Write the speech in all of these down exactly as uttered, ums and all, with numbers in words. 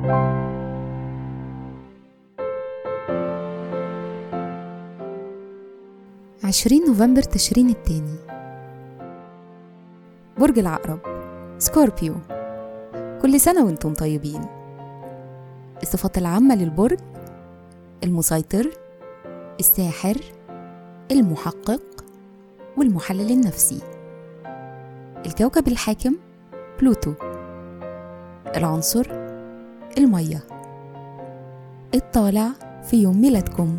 عشرين نوفمبر تشرين الثاني. برج العقرب، سكوربيو. كل سنة وانتم طيبين. الصفات العامة للبرج: المسيطر، الساحر، المحقق، والمحلل النفسي. الكوكب الحاكم بلوتو. العنصر المية. الطالع في يوم ميلادكم.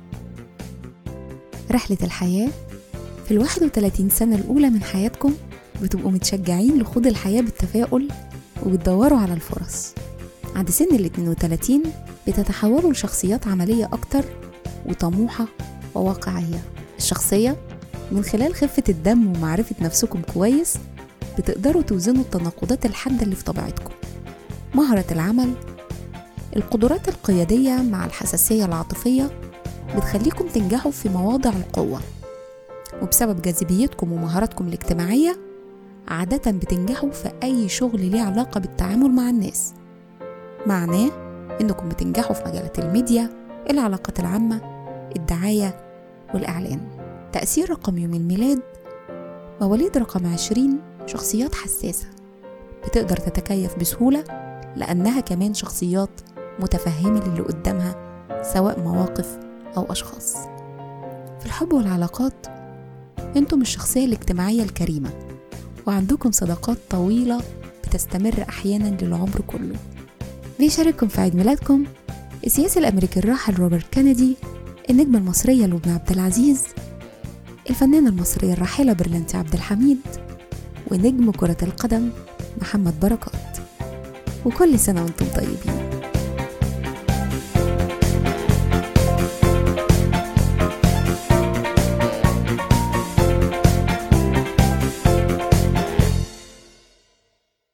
رحلة الحياة: في الواحد وثلاثين سنة الأولى من حياتكم بتبقوا متشجعين لخوض الحياة بالتفاؤل وبتدوروا على الفرص. عند سن ال اثنين وثلاثين بتتحولوا لشخصيات عملية أكتر وطموحة وواقعية. الشخصية من خلال خفة الدم ومعرفة نفسكم كويس بتقدروا توزنوا التناقضات الحادة اللي في طبيعتكم. مهارة العمل: القدرات القيادية مع الحساسية العاطفية بتخليكم تنجحوا في مواضع القوة، وبسبب جاذبيتكم ومهاراتكم الاجتماعية عادة بتنجحوا في أي شغل ليه علاقة بالتعامل مع الناس. معناه إنكم بتنجحوا في مجالات الميديا، العلاقات العامة، الدعاية والإعلان. تأثير رقم يوم الميلاد: مواليد رقم عشرين شخصيات حساسة بتقدر تتكيف بسهولة لأنها كمان شخصيات متفهمة للي قدامها سواء مواقف أو أشخاص. في الحب والعلاقات انتم الشخصية الاجتماعية الكريمة وعندكم صداقات طويلة بتستمر أحيانا للعمر كله. بيشارككم في عيد ميلادكم السياسي الأمريكي الراحل روبرت كينيدي، النجمة المصرية لبنى عبد العزيز، الفنانة المصرية الراحلة برلنتي عبد الحميد، ونجم كرة القدم محمد بركات. وكل سنة وانتم طيبين.